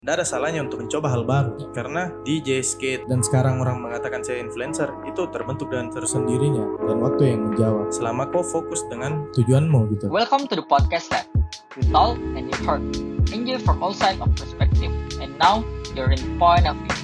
Tidak ada salahnya untuk mencoba hal baru. Karena DJ, skate, dan sekarang orang mengatakan saya influencer, itu terbentuk dengan tersendirinya dan waktu yang menjawab. Selama kau fokus dengan tujuanmu gitu. Welcome to the podcast lab. You talk and you heard. Enjoy from all sides of perspective. And now, you're in point of view.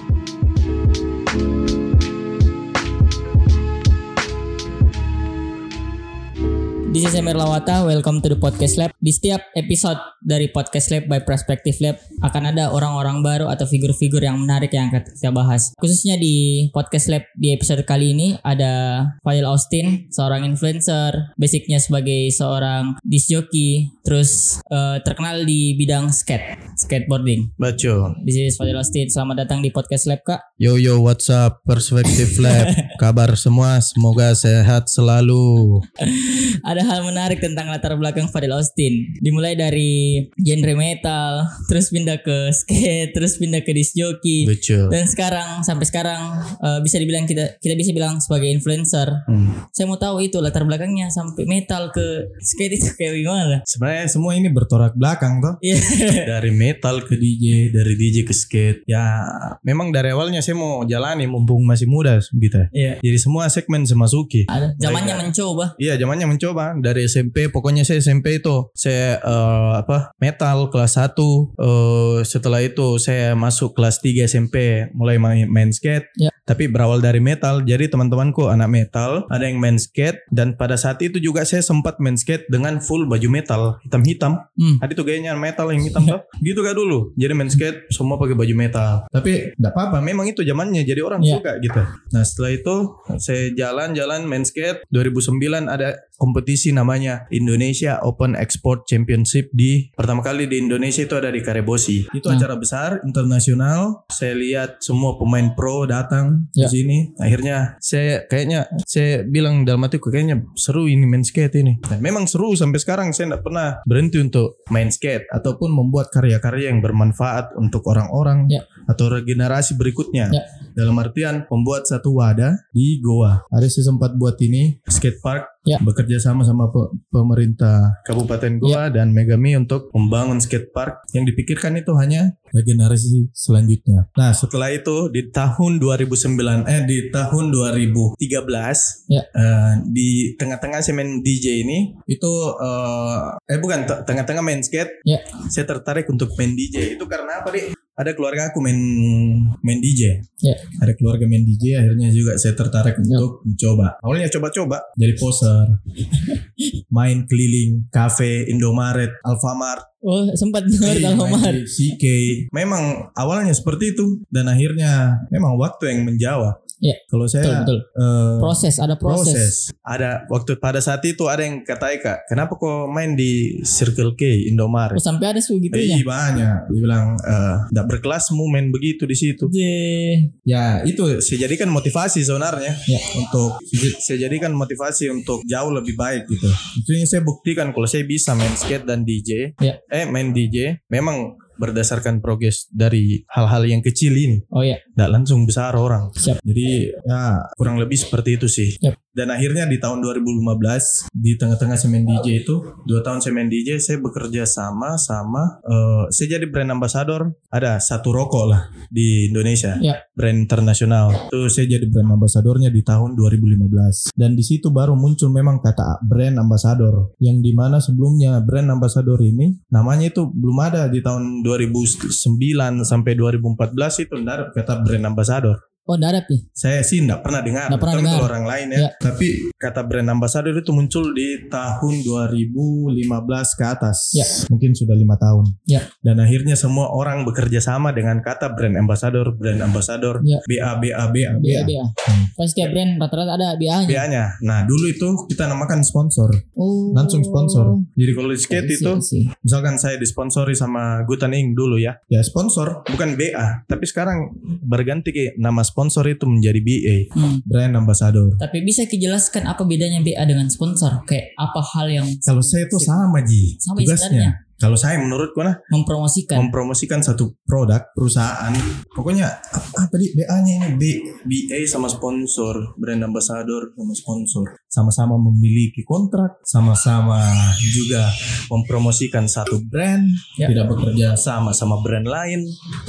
This is Emir Lawata, welcome to the Podcast Lab. Di setiap episode dari Podcast Lab by Perspective Lab akan ada orang-orang baru atau figur-figur yang menarik yang akan kita bahas. Khususnya di Podcast Lab di episode kali ini ada Fadil Austin, seorang influencer, basicnya sebagai seorang disc jockey, terus terkenal di bidang skateboarding. Baco. This is Fadil Austin, selamat datang di Podcast Lab, Kak. Yo, what's up Perspective Lab? Kabar semua, semoga sehat selalu. Ada hal menarik tentang latar belakang Fadil Austin. Dimulai dari genre metal, terus pindah ke skate, terus pindah ke disc jockey. Betul. Dan sampai sekarang bisa dibilang kita bisa bilang sebagai influencer. Saya mau tahu itu latar belakangnya sampai metal ke skate itu kayak gimana? Sebenarnya semua ini bertolak belakang toh. Iya. Dari metal ke DJ, dari DJ ke skate. Ya, memang dari awalnya saya mau jalani mumpung masih muda gitu. Iya. Jadi semua segmen saya masuki. Ada zamannya mencoba. Iya, zamannya mencoba. Dari SMP, pokoknya saya SMP itu saya metal kelas 1. Setelah itu saya masuk kelas 3 SMP mulai main skate. Ya. Tapi berawal dari metal. Jadi teman-temanku anak metal, ada yang main skate, dan pada saat itu juga saya sempat main skate dengan full baju metal hitam-hitam. Ada tuh gayanya metal yang hitam tuh. Gitu kan dulu. Jadi main skate semua pakai baju metal. Tapi enggak apa-apa, memang itu zamannya jadi orang suka gitu. Nah, setelah itu saya jalan-jalan main skate. 2009 ada kompetisi namanya Indonesia Open Export Championship pertama kali di Indonesia, itu ada di Karebosi. Itu acara besar internasional. Saya lihat semua pemain pro datang di sini. Akhirnya saya bilang dalam hatiku, kayaknya seru ini main skate ini. Nah, memang seru sampai sekarang. Saya tidak pernah berhenti untuk main skate ataupun membuat karya-karya yang bermanfaat untuk orang-orang atau regenerasi berikutnya. Dalam artian membuat satu wadah di Goa. Ada saya sempat buat ini skate park. Bekerja sama pemerintah Kabupaten Goa dan Megami untuk membangun skate park. Yang dipikirkan itu hanya regenerasi selanjutnya. Nah, setelah itu di tahun 2013 di tengah-tengah saya main DJ ini itu tengah-tengah main skate. Saya tertarik untuk main DJ. Itu karena apa, Dik? Ada keluarga aku main DJ. Ada keluarga main DJ, akhirnya juga saya tertarik untuk mencoba. Awalnya coba-coba jadi poser. Main keliling kafe, Indomaret, Alfamart. Oh, sempat dengar Alfamart. CK. Memang awalnya seperti itu, dan akhirnya memang waktu yang menjawab. Kalau saya betul. Ada proses. Ada waktu pada saat itu ada yang katai, Kak, kenapa kok main di Circle K, Indomaret? Oh, sampai ada segitunya. Banyak. Dia bilang enggak berkelasmu main begitu di situ. Ya, itu saya jadikan motivasi sebenarnya. Saya jadikan motivasi untuk jauh lebih baik gitu. Maksudnya saya buktikan kalau saya bisa main skate dan DJ. Main DJ memang berdasarkan progres dari hal-hal yang kecil ini. Nggak langsung besar orang. Jadi ya kurang lebih seperti itu sih. Dan akhirnya di tahun 2015 di tengah-tengah saya main DJ itu 2 tahun saya main DJ, saya bekerja sama saya jadi brand ambassador. Ada satu rokok lah di Indonesia, brand internasional. Itu saya jadi brand ambassadornya di tahun 2015. Dan di situ baru muncul memang kata brand ambassador, yang dimana sebelumnya brand ambassador ini namanya itu belum ada. Di tahun 2009 sampai 2014 itu tidak ada kata brand ambassador. Oh, darat ya? Saya sih enggak pernah dengar. Kalau orang lain Tapi kata brand ambassador itu muncul di tahun 2015 ke atas. Mungkin sudah 5 tahun. Dan akhirnya semua orang bekerja sama dengan kata brand ambassador. BA. Pasti setiap brand rata-rata ada BA-nya. BA-nya. Nah, dulu itu kita namakan sponsor. Langsung sponsor. Jadi kalau di skate itu misalkan saya disponsori sama Gutan Ing dulu ya sponsor, bukan BA. Tapi sekarang berganti ke nama sponsor itu menjadi BA, brand ambassador. Tapi bisa dijelaskan apa bedanya BA dengan sponsor? Kayak apa hal yang kalau saya itu sama tugasnya. Kalau saya menurutku mempromosikan satu produk perusahaan. Pokoknya apa di BA-nya ini BA sama sponsor, brand ambassador sama sponsor. Sama-sama memiliki kontrak, sama-sama juga mempromosikan satu brand, tidak bekerja sama brand lain.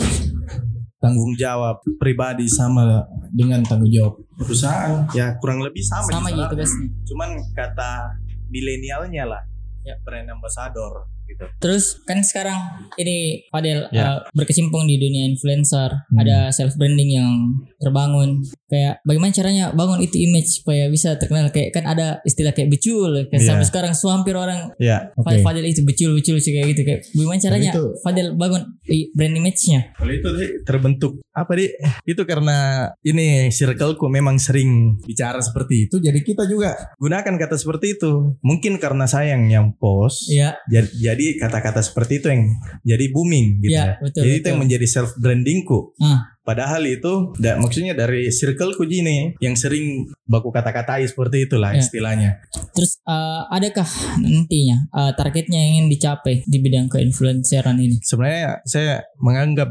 Tanggung jawab pribadi sama dengan tanggung jawab perusahaan. Ya kurang lebih sama gitu guysnya. Cuman kata milenialnya lah. Brand ambassador gitu. Terus kan sekarang ini Fadel berkecimpung di dunia influencer, ada self branding yang terbangun. Kayak bagaimana caranya bangun itu image supaya bisa terkenal, kayak kan ada istilah kayak becul kayak sampai sekarang hampir orang Fadel itu becul kayak gitu, kayak bagaimana caranya Fadel bangun brand image-nya? Kalau itu terbentuk itu karena ini circleku memang sering bicara seperti itu, jadi kita juga gunakan kata seperti itu. Mungkin karena sayang yang post, jadi kata-kata seperti itu yang jadi booming gitu ya. Jadi itu yang menjadi self brandingku. Padahal itu maksudnya dari circleku gini yang sering baku kata-katai seperti itulah istilahnya. Terus adakah nantinya targetnya yang ingin dicapai di bidang keinfluenceran ini? Sebenarnya saya menganggap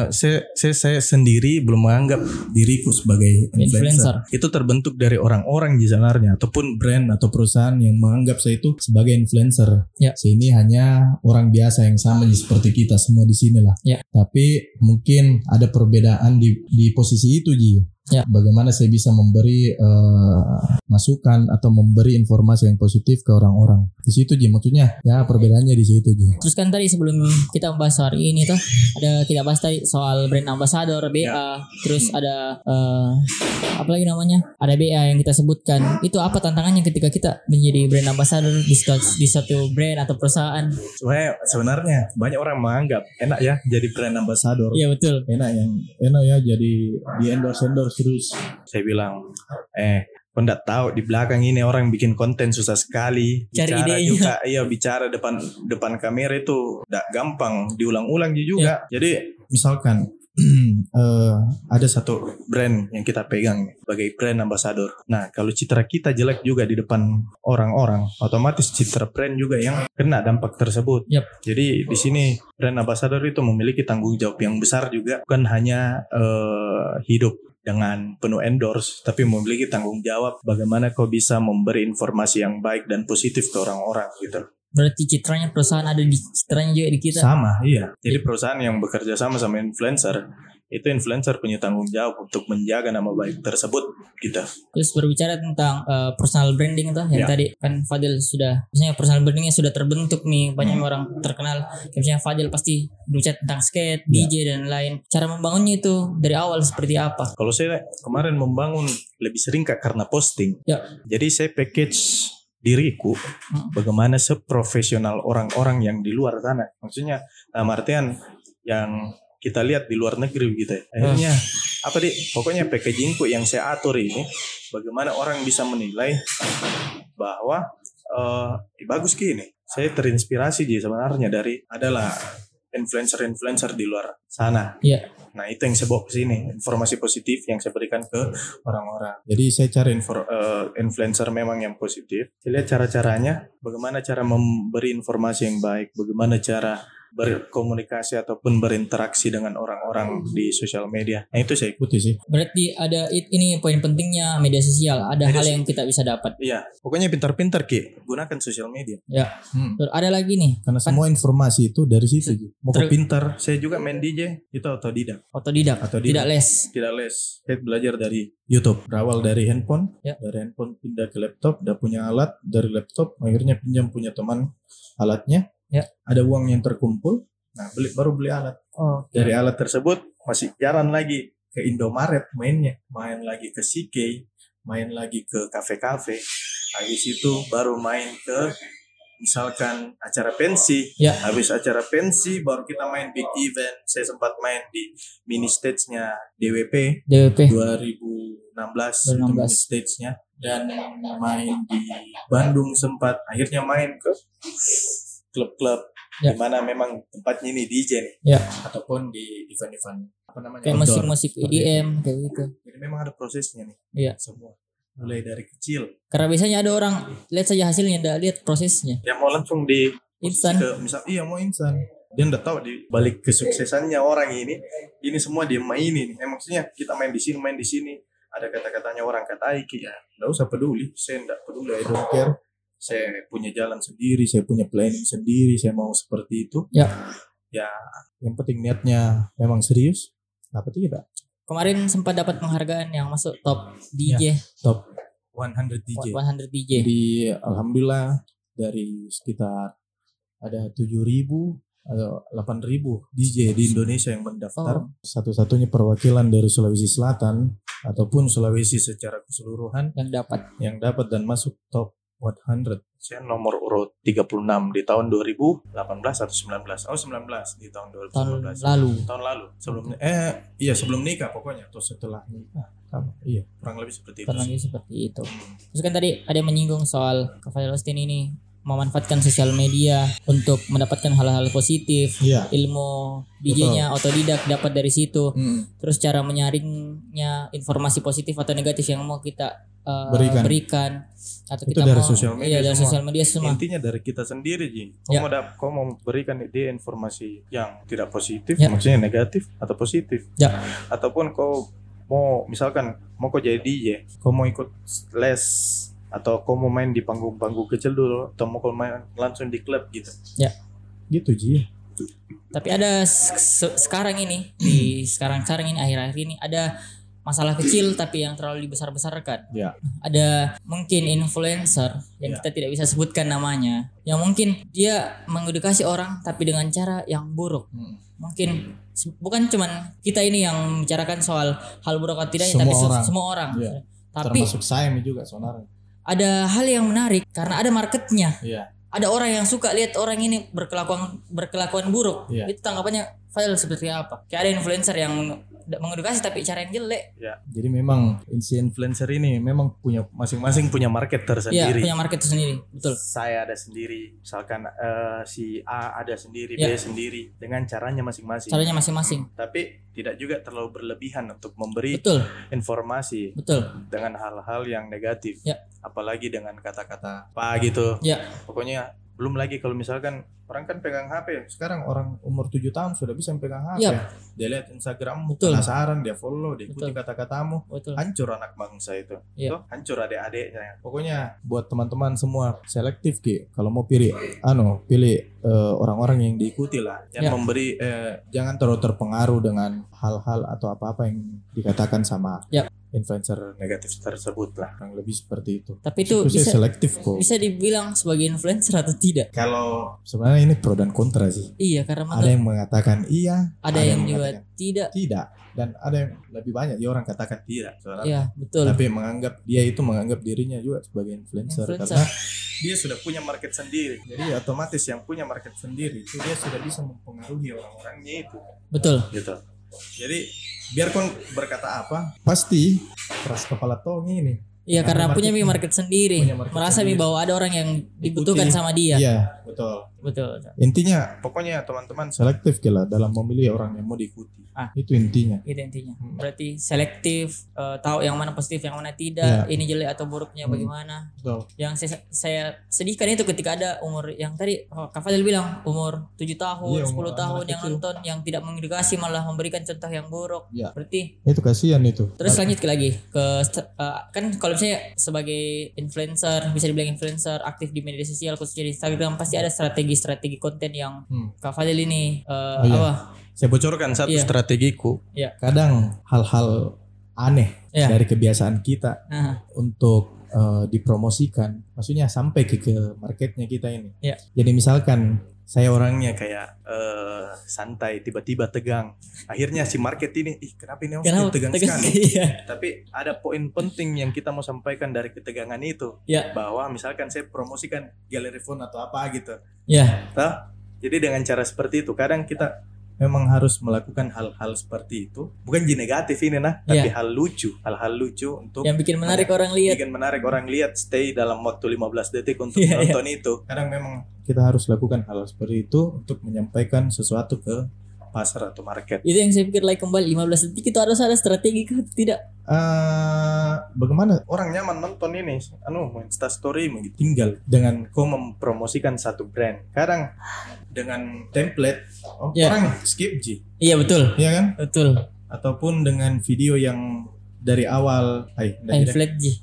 saya sendiri belum menganggap diriku sebagai influencer. Itu terbentuk dari orang-orang di sebenarnya, ataupun brand atau perusahaan yang menganggap saya itu sebagai influencer. Saya ini hanya orang biasa yang sama seperti kita semua di sini lah. Tapi mungkin ada perbedaan di posisi itu Ji. Bagaimana saya bisa memberi masukan atau memberi informasi yang positif ke orang-orang. Di situ Ji, maksudnya perbedaannya di situ Ji. Terus kan tadi sebelum kita membahas hari ini tuh kita bahas tadi soal brand ambassador BA, terus ada apa lagi namanya? Ada BA yang kita sebutkan. Itu apa tantangannya ketika kita menjadi brand ambassador di satu brand atau perusahaan? Sebenarnya banyak orang menganggap enak ya jadi brand ambassador. Iya betul. Enak ya jadi di endorse terus. Saya bilang kau nggak tahu di belakang ini orang bikin konten susah sekali. Bicara juga, bicara depan kamera itu nggak gampang, diulang-ulang juga. Jadi misalkan ada satu brand yang kita pegang sebagai brand ambassador. Nah, kalau citra kita jelek juga di depan orang-orang, otomatis citra brand juga yang kena dampak tersebut. Jadi di sini brand ambassador itu memiliki tanggung jawab yang besar juga, bukan hanya hidup dengan penuh endorse, tapi memiliki tanggung jawab bagaimana kau bisa memberi informasi yang baik dan positif ke orang-orang gitu. Berarti citranya perusahaan ada di citranya juga di kita. Sama, iya. Jadi perusahaan yang bekerja sama influencer, itu influencer punya tanggung jawab untuk menjaga nama baik tersebut gitu. Terus berbicara tentang personal branding tuh yang tadi kan Fadel sudah, misalnya personal brandingnya sudah terbentuk nih, banyak orang terkenal. Misalnya Fadel pasti berbicara tentang skate, DJ dan lain. Cara membangunnya itu dari awal seperti apa? Kalau saya kemarin membangun lebih sering karena posting. Jadi saya package diriku bagaimana seprofesional orang-orang yang di luar sana. Maksudnya artian yang kita lihat di luar negeri gitu ya. Akhirnya pokoknya packagingku yang saya atur ini bagaimana orang bisa menilai bahwa bagus gini. Saya terinspirasi sebenarnya dari adalah influencer di luar sana. Nah, itu yang saya bawa ke sini, informasi positif yang saya berikan ke orang-orang. Jadi saya cari influencer memang yang positif. Saya lihat cara-caranya, bagaimana cara memberi informasi yang baik, bagaimana cara berkomunikasi ataupun berinteraksi dengan orang-orang di sosial media. Nah, itu saya ikuti sih. Berarti ada ini poin pentingnya media sosial. Ada hal yang kita bisa dapat. Iya, pokoknya pintar-pintar Ki, gunakan sosial media. Terus ada lagi nih. Karena semua informasi itu dari situ. Mau pintar, saya juga main DJ itu otodidak. Tidak les. Saya belajar dari YouTube. Berawal dari handphone, dari handphone pindah ke laptop, udah punya alat, dari laptop akhirnya pinjam punya teman alatnya. Ada uang yang terkumpul, baru beli alat. Dari alat tersebut masih jalan lagi ke Indomaret main lagi ke CK, main lagi ke kafe-kafe. Habis itu baru main ke misalkan acara pensi. Habis acara pensi baru kita main big event. Saya sempat main di mini stage-nya DWP 2016 itu mini stage-nya, dan main di Bandung sempat. Akhirnya main ke klub-klub di mana memang tempatnya ini DJ nih, ataupun di event-event kayak musik EDM kayak gitu. Jadi memang ada prosesnya nih. Semua mulai dari kecil. Karena biasanya ada orang lihat saja hasilnya, tidak lihat prosesnya. Yang mau langsung Instan. Misal mau instan. Dia udah tahu di balik kesuksesannya orang ini semua dia mainin. Maksudnya kita main di sini. Ada kata-katanya orang kata Iki ya, nggak usah peduli. Saya nggak peduli, I don't care. Saya punya jalan sendiri, saya punya planning sendiri, saya mau seperti itu. Ya, yang penting niatnya memang serius. Apa tidak? Kemarin sempat dapat penghargaan yang masuk top DJ. Top 100 DJ. 100 DJ. Jadi alhamdulillah dari sekitar ada 7.000 atau 8.000 DJ di Indonesia yang mendaftar. Satu-satunya perwakilan dari Sulawesi Selatan ataupun Sulawesi secara keseluruhan yang dapat dan masuk top 100. Saya nomor urut 36 di tahun 2018 atau 19. 19 di tahun 2019. Tahun lalu. Sebelum nikah pokoknya atau setelah nikah. Iya, kurang lebih seperti itu. Terus kan tadi ada yang menyinggung soal Kak Fadel Austin ini memanfaatkan sosial media untuk mendapatkan hal-hal positif. Ilmu DJ-nya otodidak dapat dari situ. Terus cara menyaringnya informasi positif atau negatif yang mau kita berikan atau itu kita dari mau sosial media, dari sosial media semua. Intinya dari kita sendiri, Ji. Kau mau berikan dia informasi yang tidak positif, maksudnya negatif atau positif. Ataupun kau mau misalkan mau kau jadi DJ, kau mau ikut les atau kau mau main di panggung-panggung kecil dulu atau mau kau main langsung di klub gitu. Gitu, Ji. Tapi ada sekarang ini akhir-akhir ini ada masalah kecil tapi yang terlalu dibesar-besarkan. Ada mungkin influencer yang kita tidak bisa sebutkan namanya, yang mungkin dia mengedukasi orang tapi dengan cara yang buruk. Mungkin bukan cuman kita ini yang membicarakan soal hal buruk atau tidaknya, tapi semua orang. Tapi termasuk saya juga sebenarnya. Ada hal yang menarik karena ada marketnya. Ada orang yang suka lihat orang ini berkelakuan buruk. Itu tanggapannya Fadel seperti apa? Kayak ada influencer yang mengedukasi tapi cara yang jelek. Jadi memang influencer ini memang punya masing-masing punya market tersendiri. Punya market tersendiri, betul. Saya ada sendiri, misalkan si A ada sendiri, B sendiri, dengan caranya masing-masing. Tapi tidak juga terlalu berlebihan untuk memberi informasi dengan hal-hal yang negatif. Apalagi dengan kata-kata apa gitu. Pokoknya belum lagi kalau misalkan orang kan pegang HP. Sekarang orang umur 7 tahun sudah bisa pegang HP. Dia lihat Instagrammu, penasaran, dia follow, dia ikuti kata-katamu. Hancur anak bangsa itu. Hancur adik-adiknya. Pokoknya buat teman-teman semua selektif Ki. Kalau mau pilih orang-orang yang diikuti lah. Jangan jangan terlalu terpengaruh dengan hal-hal atau apa-apa yang dikatakan sama influencer negatif tersebut lah, kurang lebih seperti itu. Tapi itu bisa selektif kok. Bisa dibilang sebagai influencer atau tidak? Kalau sebenarnya ini pro dan kontra sih. Iya, karena ada yang mengatakan iya, ada yang juga tidak. Dan ada yang lebih banyak orang katakan tidak. Iya, betul. Tapi menganggap dirinya juga sebagai influencer. Karena dia sudah punya market sendiri. Jadi otomatis yang punya market sendiri itu dia sudah bisa mempengaruhi orang-orangnya itu. Betul. Gitu. Jadi biarpun berkata apa, pasti keras kepala tong ini. Iya, karena punya market sendiri. Merasa bahwa ada orang yang dibutuhkan sama dia. Iya, betul. Intinya pokoknya teman-teman selektif lah dalam memilih orang yang mau diikuti. Itu intinya. Berarti selektif, tahu yang mana positif, yang mana tidak, ini jelek atau buruknya bagaimana. Betul. Yang saya sedihkan itu ketika ada umur yang tadi Kak Fadel bilang umur 7 tahun, 10 tahun yang nonton, yang tidak mengedukasi malah memberikan contoh yang buruk. Berarti itu kasihan itu. Terus lanjut lagi ke kan kalau misalnya sebagai influencer, bisa dibilang influencer aktif di media sosial khususnya di Instagram, pasti ada strategi Konten yang Kak Fadel ini Saya bocorkan satu strategiku. Kadang hal-hal aneh dari kebiasaan kita untuk dipromosikan, maksudnya sampai ke marketnya kita ini. Jadi misalkan saya orangnya kayak santai, tiba-tiba tegang. Akhirnya si market ini, kenapa ini orang tegang sekali? Tapi ada poin penting yang kita mau sampaikan dari ketegangan itu. Bahwa misalkan saya promosikan galeri phone atau apa gitu. Jadi dengan cara seperti itu, kadang kita memang harus melakukan hal-hal seperti itu. Bukan negatif ini tapi hal lucu untuk yang bikin menarik orang lihat. Stay dalam waktu 15 detik untuk nonton itu. Kadang memang kita harus lakukan hal seperti itu untuk menyampaikan sesuatu ke pasar atau market. Itu yang saya pikir like kembali 15 detik itu harus ada strategi kah? Tidak. Bagaimana orang nyaman nonton ini? Main Instastory tinggal dengan kau mempromosikan satu brand. Kadang dengan template orang skip Ji. Iya betul. Iya kan? Betul. Ataupun dengan video yang dari awal flat G.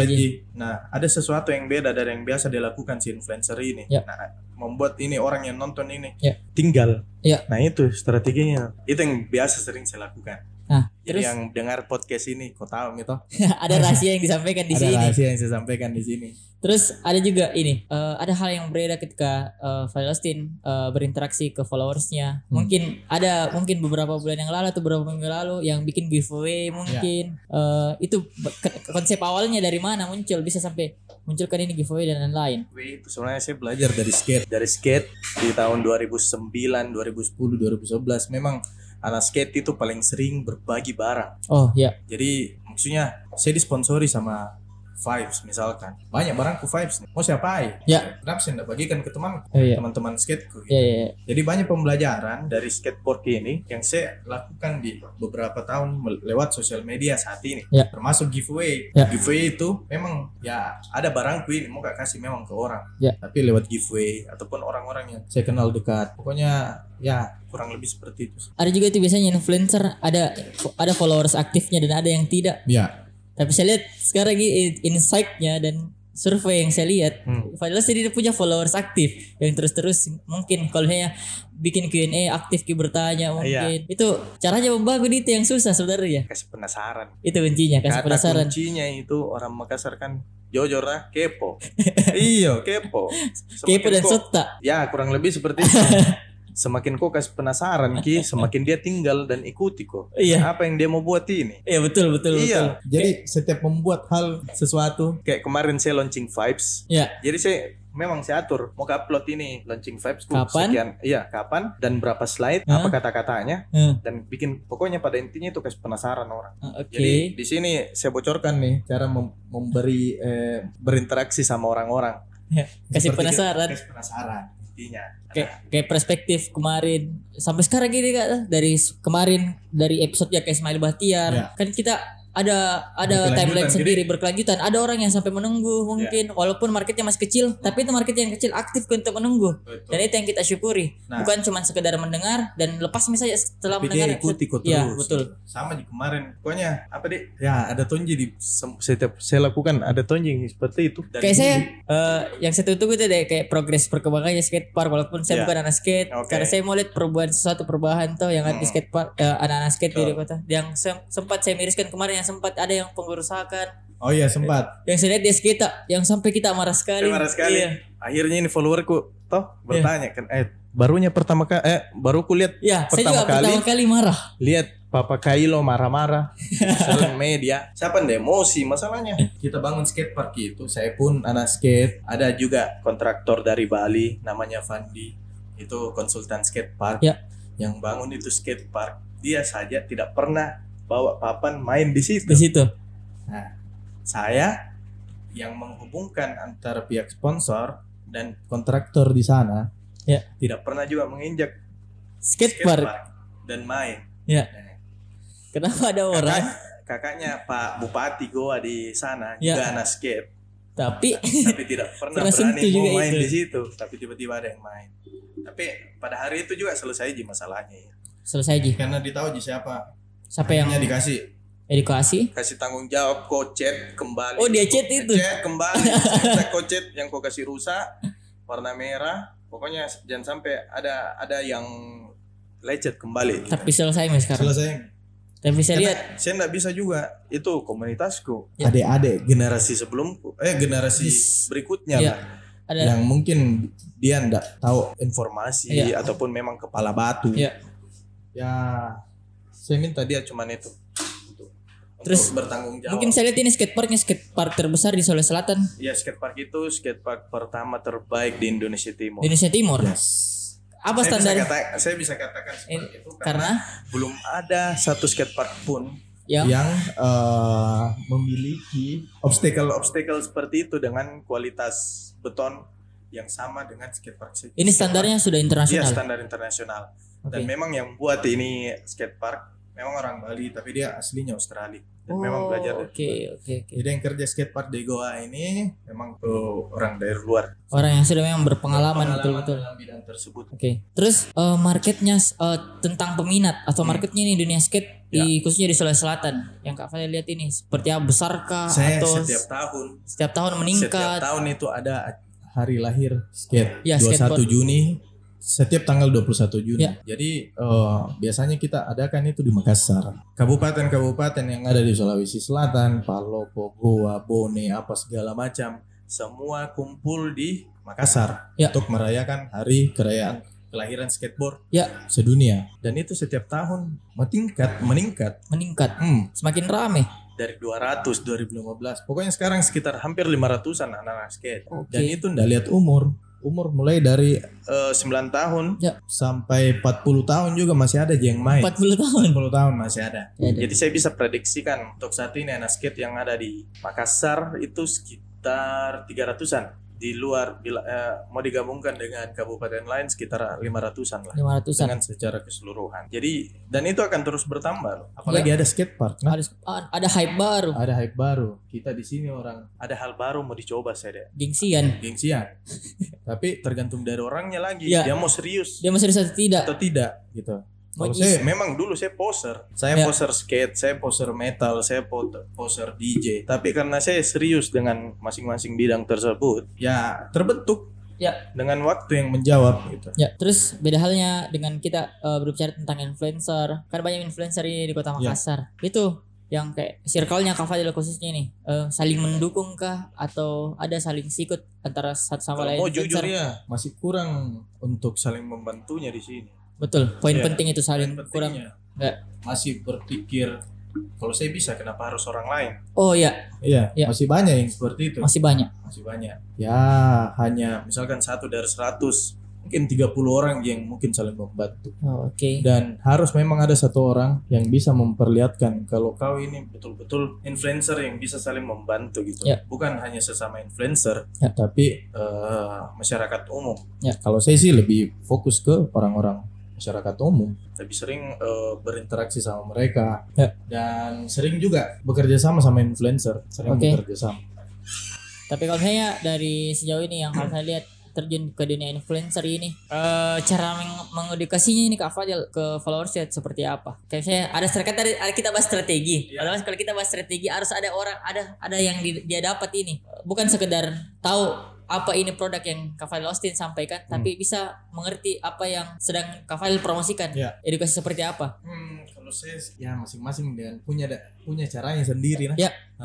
Nah, ada sesuatu yang beda dari yang biasa dilakukan si influencer ini. Nah, membuat ini orang yang nonton ini tinggal. Nah, itu strateginya. Itu yang biasa sering saya lakukan. Nah, jadi terus yang dengar podcast ini, kau tahu gitu. ada rahasia yang disampaikan di sini. Ada rahasia yang saya sampaikan di sini. Terus ada juga ini, ada hal yang berbeda ketika Palestine berinteraksi ke followersnya. Mungkin beberapa bulan yang lalu atau beberapa minggu lalu yang bikin giveaway mungkin. Itu konsep awalnya dari mana muncul bisa sampai munculkan ini giveaway dan lain-lain. Itu sebenarnya saya belajar dari skate di tahun 2009, 2010, 2011 memang anak skate itu paling sering berbagi barang. Oh iya. Jadi maksudnya saya disponsori sama Vibes misalkan. Banyak barangku Vibes nih. Mau siapa ya? Kenapa saya tidak bagikan ke teman-teman skateku gitu. Jadi banyak pembelajaran dari skateboard ini yang saya lakukan di beberapa tahun lewat sosial media saat ini. Termasuk giveaway. Giveaway itu memang ada barangku ini mau gak kasih memang ke orang. Tapi lewat giveaway ataupun orang-orang yang saya kenal dekat. Pokoknya kurang lebih seperti itu. Ada juga itu biasanya influencer ada followers aktifnya dan ada yang tidak. Tapi saya lihat sekarang ini insight-nya dan survei yang saya lihat, padahal saya tidak punya followers aktif yang terus mungkin kalau saya bikin Q&A aktif bertanya mungkin itu caranya membangun itu yang susah sebenarnya. Kasih penasaran. Itu kuncinya kasih penasaran. Kuncinya itu orang Makassar kan jujur lah kepo. Iya kepo. Kepo dan sota. Ya kurang lebih seperti itu. Semakin kau kasih penasaran semakin dia tinggal dan ikuti kok. Apa yang dia mau buat ini. Betul. Jadi setiap membuat hal sesuatu kayak kemarin saya launching Vibes. Jadi saya memang saya atur mau upload ini launching Vibes kapan? Kapan dan berapa slide, apa kata-katanya dan bikin pokoknya pada intinya itu kasih penasaran orang. Jadi di sini saya bocorkan nih cara memberi berinteraksi sama orang-orang. Kasih penasaran. Kayak perspektif kemarin sampai sekarang gini Kak, dari kemarin dari episode kayak Ismail Bahtiar kan kita ada timeline sendiri berkelanjutan. Ada orang yang sampai menunggu mungkin walaupun marketnya masih kecil, tapi itu market yang kecil aktif untuk menunggu. Dan itu yang kita syukuri. Bukan cuma sekedar mendengar dan lepas misalnya setelah tapi mendengar dia ikuti kok terus. Betul. Sama di kemarin. Pokoknya ada tonji di setiap saya lakukan ada tonji seperti itu. Kayak saya yang saya tunggu itu deh kayak progres perkembangannya skatepark walaupun saya bukan anak skate. Karena saya mau lihat perubahan tuh yang ada di skatepark anak-anak skate di kota. Yang sempat saya miriskan kemarin yang sempat ada yang penggerusakan. Oh iya sempat. Yang saya lihat di skate yang sampai kita marah sekali. Akhirnya ini followerku bertanya kan baru kulihat pertama kali marah. Lihat Papa Kailo marah-marah sosial media. Siapa emosi masalahnya? Kita bangun skatepark itu. Saya pun anak skate. Ada juga kontraktor dari Bali namanya Fandi. Itu konsultan skatepark. Yang bangun itu skatepark. Dia saja tidak pernah bawa papan main di situ. Nah, saya yang menghubungkan antara pihak sponsor dan kontraktor di sana tidak pernah juga menginjak skatepark dan main. Kenapa ada orang kakaknya Pak Bupati Goa di sana juga anak skate. Tapi tidak pernah berani mau main di situ. Tapi tiba-tiba ada yang main. Tapi pada hari itu juga selesai masalahnya. Karena ditahu siapa yang dikasih edukasi kasih tanggung jawab chat kembali. Dia chat itu chat kembali. Chat yang kau kasih rusak warna merah pokoknya jangan sampai ada yang lecet kembali. Tapi selesai sekarang. Tapi saya lihat saya enggak bisa juga itu komunitasku. Adik-adik generasi sebelumku generasi berikutnya ada yang mungkin dia enggak tahu informasi ataupun memang kepala batu. Saya minta dia cuman itu terus bertanggung jawab. Mungkin saya lihat ini skatepark terbesar di Sulawesi Selatan. Skatepark itu skatepark pertama terbaik di Indonesia Timur. Apa standar? Saya bisa katakan seperti itu karena belum ada satu skatepark pun yang memiliki obstacle seperti itu dengan kualitas beton yang sama dengan skatepark. Ini standarnya sudah internasional. Standar internasional. Dan memang yang buat ini skatepark memang orang Bali tapi dia aslinya Australia. Dan memang belajar Oke. Jadi yang kerja skatepark di Goa ini memang orang dari luar. Orang yang sudah memang berpengalaman betul-betul dalam bidang tersebut. Oke. Terus marketnya tentang peminat atau marketnya nih dunia skate khususnya di Sulawesi Selatan yang Kak Fadil lihat ini seperti apa, besarkah atau setiap tahun meningkat? Setiap tahun itu ada hari lahir skate. 21 skateboard. Juni setiap tanggal 21 Juni. Jadi biasanya kita adakan itu di Makassar. Kabupaten-kabupaten yang ada di Sulawesi Selatan, Palopo, Goa, Bone, apa segala macam, semua kumpul di Makassar untuk merayakan hari kelahiran skateboard sedunia. Dan itu setiap tahun meningkat. Semakin rame. Dari 200 2015. Pokoknya sekarang sekitar hampir 500-an anak-anak skate. Dan itu enggak lihat umur mulai dari 9 tahun sampai 40 tahun juga masih ada yang main. 40 tahun masih ada. Jadi saya bisa prediksikan untuk saat ini anak skate yang ada di Makassar itu sekitar 300-an. Di luar mau digabungkan dengan kabupaten lain sekitar 500-an lah. 500-an dengan secara keseluruhan. Jadi dan itu akan terus bertambah loh. Apalagi ada skatepark. Nah, ada hype baru. Ada hype baru. Kita di sini orang ada hal baru mau dicoba saya deh. Gengsian. Tapi tergantung dari orangnya lagi. Dia mau serius. Atau tidak gitu. Kalau saya memang dulu saya poser. Saya poser skate, saya poser metal, saya poser DJ. Tapi karena saya serius dengan masing-masing bidang tersebut, ya terbentuk dengan waktu yang menjawab gitu. Terus beda halnya dengan kita berbicara tentang influencer. Kan banyak influencer ini di Kota Makassar. Itu yang kayak circle-nya Kak Fadil khususnya nih, saling mendukung kah atau ada saling sikut antara satu sama lain? Mau jujur ya, masih kurang untuk saling membantunya di sini. Betul, poin penting itu saling kurang. Masih berpikir kalau saya bisa kenapa harus orang lain? Masih banyak yang seperti itu. Masih banyak. Ya, hanya misalkan 1 dari 100, mungkin 30 orang yang mungkin saling membantu. Dan harus memang ada satu orang yang bisa memperlihatkan kalau kau ini betul-betul influencer yang bisa saling membantu gitu. Bukan hanya sesama influencer, tapi masyarakat umum. Kalau saya sih lebih fokus ke orang-orang masyarakat umum, lebih sering berinteraksi sama mereka dan sering juga bekerja sama influencer, bekerja sama. Tapi kalau saya dari sejauh ini yang saya lihat terjun ke dunia influencer ini, cara mengedukasinya ini Kak Fadil ke followersnya seperti apa? Kayak saya ada kita bahas strategi. Padahal kalau kita bahas strategi harus ada orang ada yang dia dapat ini, bukan sekedar tahu apa ini produk yang Kak Fadil Austin sampaikan, tapi bisa mengerti apa yang sedang Kak Fadil promosikan. Edukasi seperti apa? Kalau saya ya masing-masing dengan punya caranya sendiri lah.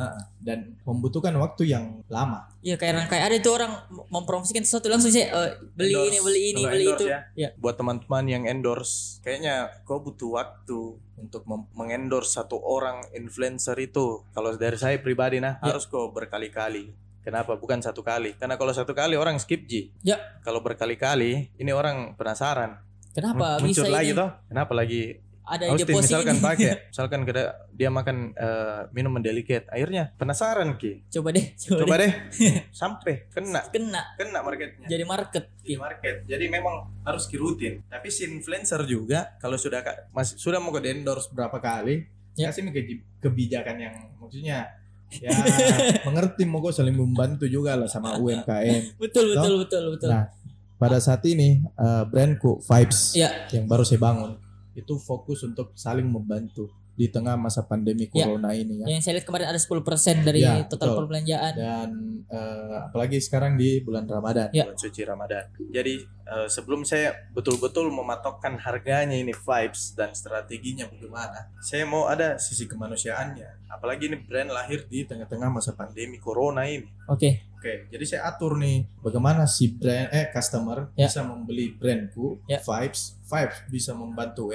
Dan membutuhkan waktu yang lama. Kayak ada itu orang mempromosikan sesuatu langsung saya beli ini beli itu. Buat teman-teman yang endorse, kayaknya kau butuh waktu untuk mengendorse satu orang influencer itu. Kalau dari saya pribadi harus kau berkali-kali. Kenapa? Bukan satu kali. Karena kalau satu kali orang skip Kalau berkali-kali ini orang penasaran. Kenapa muncul bisa lagi ini? Kenapa lagi ada Austin misalkan pakai, misalkan dia makan minuman delicate, akhirnya penasaran Coba deh. Sampai kena marketnya. Jadi market. Jadi memang harus rutin. Tapi si influencer juga kalau sudah mau ke endorse berapa kali, kasih kebijakan yang maksudnya mengerti, mau saling membantu juga lah sama UMKM. Betul. Nah, pada saat ini brandku Vibes yang baru saya bangun itu fokus untuk saling membantu di tengah masa pandemi corona ini Yang saya lihat kemarin ada 10% dari total perbelanjaan. Dan apalagi sekarang di bulan Ramadan, bulan suci Ramadan. Jadi sebelum saya betul-betul mematokkan harganya ini Vibes dan strateginya bagaimana, saya mau ada sisi kemanusiaannya. Apalagi ini brand lahir di tengah-tengah masa pandemi corona ini. Oke, jadi saya atur nih bagaimana si brand customer bisa membeli brandku Vibes bisa membantu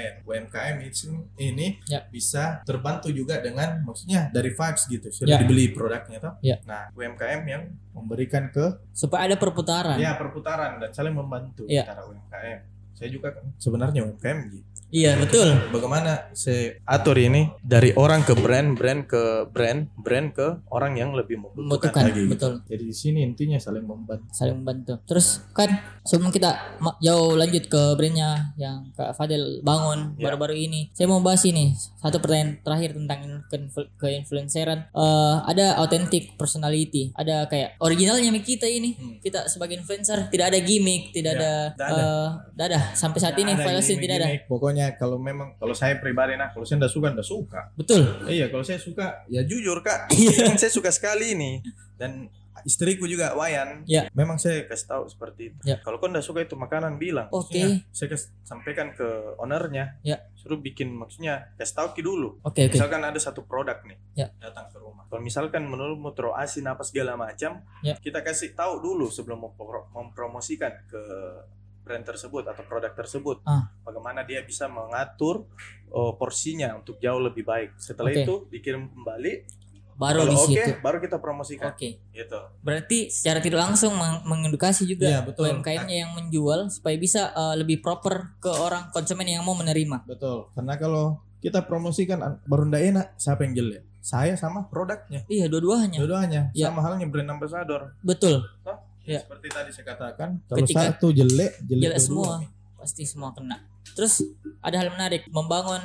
UMKM ini bisa terbantu juga dengan maksudnya dari Vibes gitu sudah dibeli produknya toh. Nah, UMKM yang memberikan supaya ada perputaran. Perputaran dan saling membantu antara UMKM. Saya juga sebenarnya UMKM Iya, betul. Bagaimana saya atur ini dari orang ke brand, brand ke brand ke orang yang lebih membutuhkan lagi. Betul. Jadi di sini intinya saling membantu. Saling membantu. Terus kan sebelum kita jauh lanjut ke brandnya yang Kak Fadel bangun baru-baru ini, saya mau bahas ini satu pertanyaan terakhir tentang ke-influenceran. Ada authentic personality, ada kayak originalnya kita ini. Kita sebagai influencer tidak ada gimmick, tidak ada sampai saat ini Filesin tidak ada. Pokoknya kalau saya pribadi kalau saya enggak suka. Betul. Iya, kalau saya suka ya jujur Kak. Saya suka sekali ini dan istriku juga Wayan. Ya. Memang saya kasih tahu seperti itu. Ya. Kalau kau enggak suka itu makanan bilang. Oke. Saya sampaikan ke ownernya. Ya. Suruh bikin maksudnya kasih tahu dulu. Oke. Misalkan ada satu produk nih. Ya. Datang ke rumah. Kalau misalkan menurutmu terlalu asin apa segala macam, ya. Kita kasih tahu dulu sebelum mempromosikan ke brand tersebut atau produk tersebut. Bagaimana dia bisa mengatur porsinya untuk jauh lebih baik. Setelah itu dikirim kembali. Baru di situ. Baru kita promosikan. Oke. Gitu. Berarti secara tidak langsung mengedukasi juga UMKM-nya yang menjual supaya bisa lebih proper ke orang konsumen yang mau menerima. Betul. Karena kalau kita promosikan baru ndak enak, siapa yang jelek? Saya sama produknya. Iya, dua-duanya. Ya. Sama halnya brand ambassador. Betul. Ya. Seperti tadi saya katakan, kalau satu jelek semua. Pasti semua kena. Terus ada hal menarik, membangun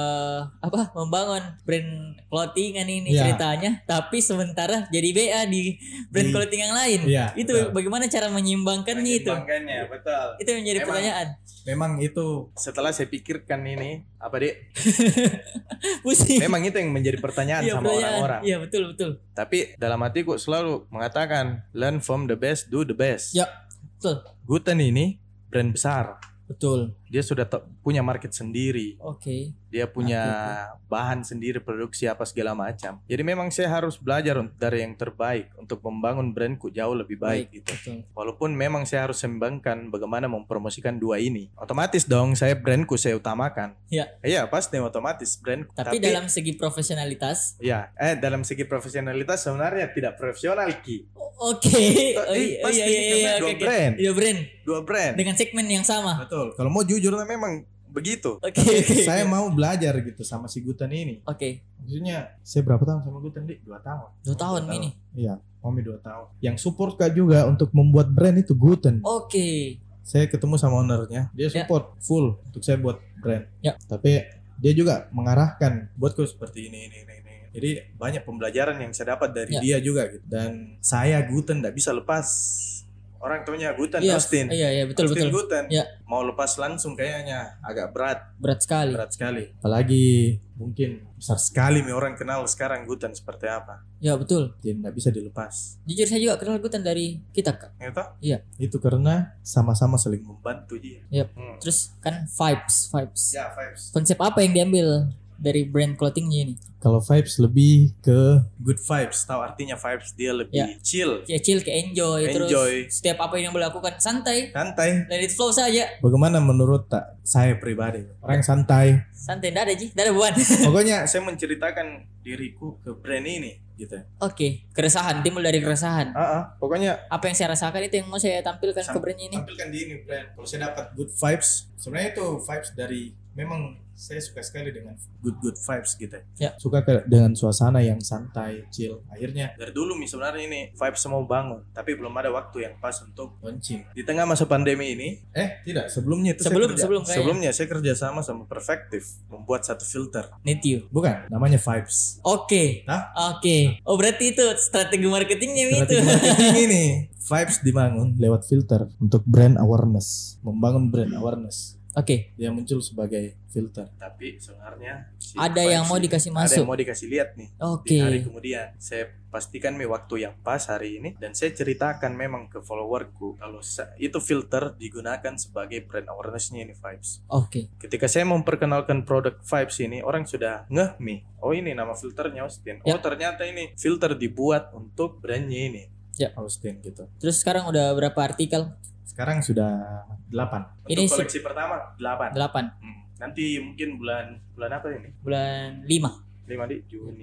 brand clothingan ini ceritanya, tapi sementara jadi BA di brand clothing yang lain. Itu betul. Bagaimana cara menyeimbangkannya itu? Betul. Itu yang menjadi pertanyaan. Memang itu setelah saya pikirkan ini, Dek? Pusing. Memang itu yang menjadi pertanyaan sama orang-orang. Iya, betul. Tapi dalam hatiku selalu mengatakan learn from the best, do the best. Ya, betul. Guten ini brand besar. Betul. Dia sudah punya market sendiri. Oke. Dia punya bahan sendiri, produksi apa segala macam. Jadi memang saya harus belajar dari yang terbaik untuk membangun brandku jauh lebih baik gitu. Betul. Walaupun memang saya harus sembangkan bagaimana mempromosikan dua ini. Otomatis dong saya brandku saya utamakan. Iya, pasti otomatis brandku. Tapi dalam segi profesionalitas? Dalam segi profesionalitas sebenarnya tidak profesional Ki. Oke. Pasti karena dua brand. Dengan segmen yang sama. Betul. Kalau mau jujur memang begitu. Saya mau belajar gitu sama si Guten ini. Maksudnya saya berapa tahun sama Guten, Dik? 2 tahun. 2 tahun ini. Iya, Momi 2 tahun. Yang support Kak juga untuk membuat brand itu Guten. Saya ketemu sama ownernya, dia support full untuk saya buat brand. Tapi dia juga mengarahkan buatku seperti ini. Jadi banyak pembelajaran yang saya dapat dari dia juga gitu. Dan saya Guten enggak bisa lepas. Orang tuanya Guten, Austin. Iya, betul. Guten. Mau lepas langsung kayaknya agak berat. Berat sekali. Apalagi mungkin besar sekali orang kenal sekarang Guten seperti apa. Ya, betul. Jadi enggak bisa dilepas. Jujur saya juga kenal Guten dari kita, Kak. Iya. Itu karena sama-sama saling membantu dia. Terus kan vibes. Ya, vibes. Konsep apa yang diambil dari brand clothingnya ini? Kalau vibes lebih ke good vibes, tahu artinya vibes, dia lebih chill. Ya chill, kayak enjoy. Terus setiap apa yang melakukan santai. Let it flow saja. Bagaimana menurut saya pribadi? Orang santai, enggak ada Ji, enggak ada beban. Pokoknya saya menceritakan diriku ke brand ini gitu. Keresahan, timbul dari keresahan. Pokoknya apa yang saya rasakan itu yang mau saya tampilkan ke brand ini. Tampilkan di ini brand. Kalau saya dapat good vibes, sebenarnya itu vibes dari memang saya suka sekali dengan good vibes gitu. Suka dengan suasana yang santai, chill. Akhirnya dari dulu sebenarnya ini vibes mau bangun, tapi belum ada waktu yang pas untuk launching. Di tengah masa pandemi ini, tidak, sebelumnya itu sebelumnya saya kerja sama Perfective membuat satu filter. Need You. Bukan, namanya Vibes. Oke. Oh, berarti itu strategi marketingnya itu. Strategi marketing ini Vibes dibangun lewat filter untuk brand awareness, membangun brand awareness. Dia muncul sebagai filter. Tapi sebenarnya ada yang mau dikasih masuk. Ada yang mau dikasih lihat nih. Di hari kemudian saya pastikan waktu yang pas hari ini dan saya ceritakan memang ke followerku kalau itu filter digunakan sebagai brand awarenessnya ini Vibes. Ketika saya memperkenalkan produk Vibes ini, orang sudah ngeh oh ini nama filternya Austin. Oh ternyata ini filter dibuat untuk brandnya ini. Austin gitu. Terus sekarang udah berapa artikel? Sekarang sudah 8. Untuk ini koleksi pertama 8. Nanti mungkin bulan apa ini? Bulan 5 di Juni.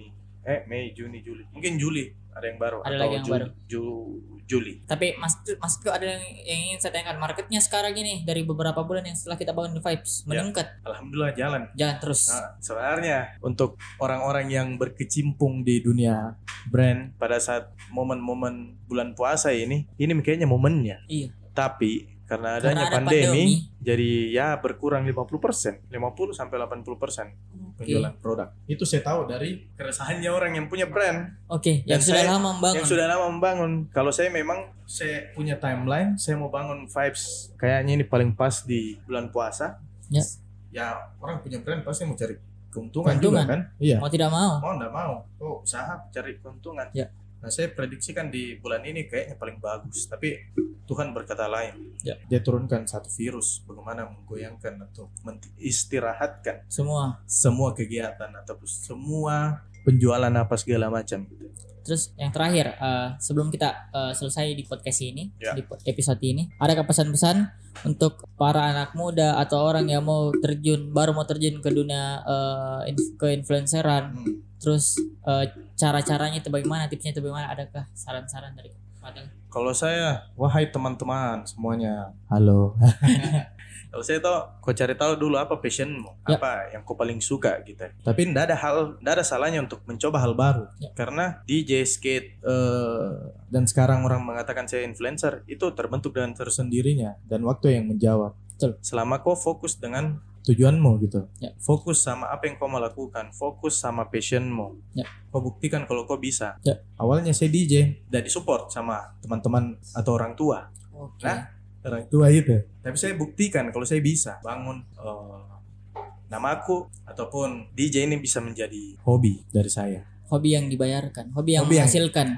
Mei, Juni, Juli. Mungkin Juli ada yang baru. Ada atau lagi yang baru. Juli. Tapi maksudku ada yang ingin saya tanyakan, marketnya sekarang ini dari beberapa bulan yang setelah kita bangun The Vibes meningkat. Alhamdulillah jalan Terus. Nah, sebenarnya untuk orang-orang yang berkecimpung di dunia brand pada saat momen-momen bulan puasa ini kayaknya momennya. Iya. Tapi karena adanya ada pandemi, jadi ya berkurang 50%, 50 sampai 80% penjualan produk. Itu saya tahu dari keresahannya orang yang punya brand. Oke, Dan yang sudah lama membangun. Yang sudah lama membangun. Kalau saya memang saya punya timeline, saya mau bangun Vibes kayaknya ini paling pas di bulan puasa. Ya. Ya orang punya brand pasti mau cari keuntungan juga kan? Iya. Mau tidak mau. Mau enggak mau. Oh, usaha cari keuntungan. Ya. Nah, saya prediksikan di bulan ini kayaknya paling bagus, tapi Tuhan berkata lain. Ya. Dia turunkan satu virus, bagaimana menggoyangkan atau istirahatkan semua kegiatan atau semua penjualan apa segala macam. Terus yang terakhir, sebelum kita selesai di podcast ini, Ya. di episode ini, ada pesan-pesan untuk para anak muda atau orang yang baru mau terjun ke dunia ke-influenceran. Terus cara-caranya itu bagaimana, tipsnya itu bagaimana, adakah saran-saran dari Fadel? Kalau saya, wahai teman-teman semuanya, halo. Kalau saya kau cari tahu dulu apa passionmu, Ya. apa yang kau paling suka gitu. Tapi tidak ada salahnya untuk mencoba hal baru. Ya. Karena DJ skate dan sekarang orang mengatakan saya influencer itu terbentuk dengan tersendirinya dan waktu yang menjawab. Betul. Selama kau fokus dengan tujuanmu gitu. Ya. Fokus sama apa yang kau mau lakukan, fokus sama passionmu. Ya. Kau buktikan kalau kau bisa. Ya. Awalnya saya DJ dan disupport sama teman-teman atau orang tua. Oke. Nah, orang tua itu. Tapi saya buktikan kalau saya bisa bangun namaku ataupun DJ ini bisa menjadi hobi dari saya. Hobi yang dibayarkan, hobi yang menghasilkan.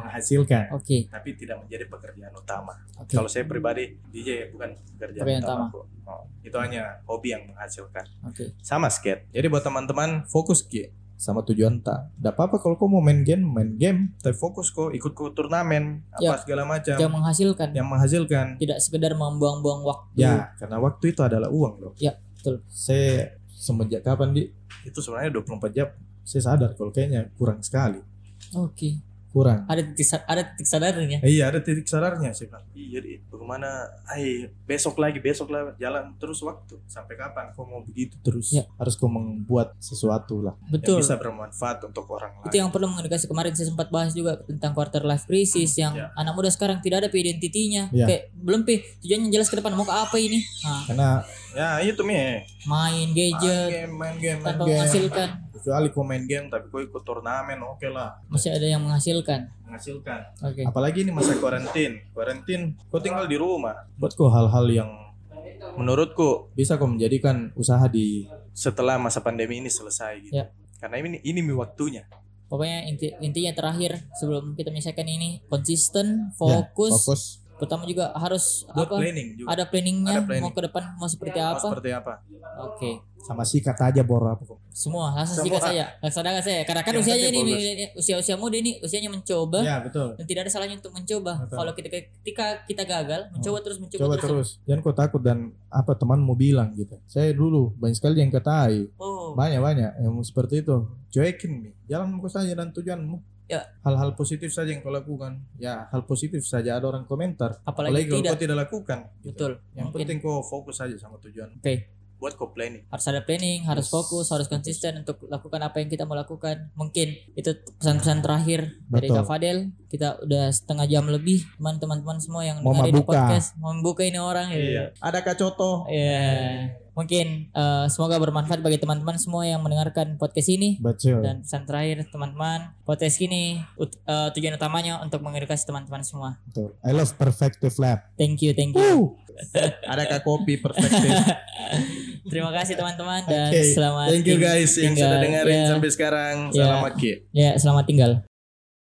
Oke. Tapi tidak menjadi pekerjaan utama. Oke. Kalau saya pribadi DJ bukan pekerjaan utama. Itu hanya hobi yang menghasilkan. Oke. Sama skate. Jadi buat teman-teman fokus sama tujuan tak. Tidak apa-apa kalau kau mau main game, tapi fokus kok ikut ke turnamen apa segala macam. Yang menghasilkan. Tidak sekedar membuang-buang waktu. Ya, karena waktu itu adalah uang loh. Ya, betul. Saya semenjak kapan itu sebenarnya 24 jam. Saya sadar kalau kayaknya kurang sekali. Oke. Kurang. Ada titik sadarnya. Iya, ada titik sadarnya sih, Pak. Iya, bagaimana besok lagi jalan terus waktu. Sampai kapan kau mau begitu terus? Ya. Harus kau membuat sesuatu lah. Betul. Yang bisa bermanfaat untuk orang lain. Itu yang perlu mengedukasi. Kemarin saya sempat bahas juga tentang quarter life crisis yang anak muda sekarang tidak ada identitinya. Kayak belum tujuannya jelas ke depan mau ke apa ini. Karena ya itu main gadget, main game tanpa menghasilkan. Kecuali kau main game tapi kau ikut turnamen, oke lah. Masih ada yang menghasilkan. Oke. Apalagi ini masa karantin, kau tinggal di rumah. Buat kau hal-hal yang menurutku bisa kau menjadikan usaha setelah masa pandemi ini selesai gitu. Ya. Karena ini waktunya. Pokoknya intinya terakhir sebelum kita menyelesaikan ini, konsisten, fokus. Pertama juga harus planning juga. Ada planningnya. Mau ke depan mau seperti apa? Oke. Sama sikat aja apa kok. Semua langsung sikat saya. Laksanakan saya. Karena kan usianya ini usia muda ini usianya mencoba. Ya, betul. Dan tidak ada salahnya untuk mencoba. Betul. Kalau ketika kita gagal, mencoba terus. Jangan kau takut dan apa temanmu bilang gitu. Saya dulu banyak sekali yang katai. Banyak yang seperti itu. Cuekin jalanmu saja dan tujuanmu. Ya. Hal-hal positif saja yang kau lakukan. Ya, hal positif saja ada orang komentar. Apalagi kalau kau tidak lakukan. Gitu. Betul. Yang penting kau fokus saja sama tujuan. Oke. Buat kau planning. Harus ada planning, harus fokus, harus konsisten untuk lakukan apa yang kita mau lakukan. Mungkin itu pesan-pesan terakhir dari Kak Fadel. Kita udah setengah jam lebih. Teman-teman semua yang dengerin podcast mau membuka ini orang. Iya. Ada Kak Coto. Iya. Mungkin semoga bermanfaat bagi teman-teman semua yang mendengarkan podcast ini. Betul. Dan pesan terakhir teman-teman, podcast ini tujuan utamanya untuk mengedukasi teman-teman semua. Betul. I love Perspective Lab. Thank you. Ada Kak Kopi Perspective. Terima kasih teman-teman dan selamat Thank you guys yang tinggal. sudah dengerin sampai sekarang. Selamat selamat tinggal.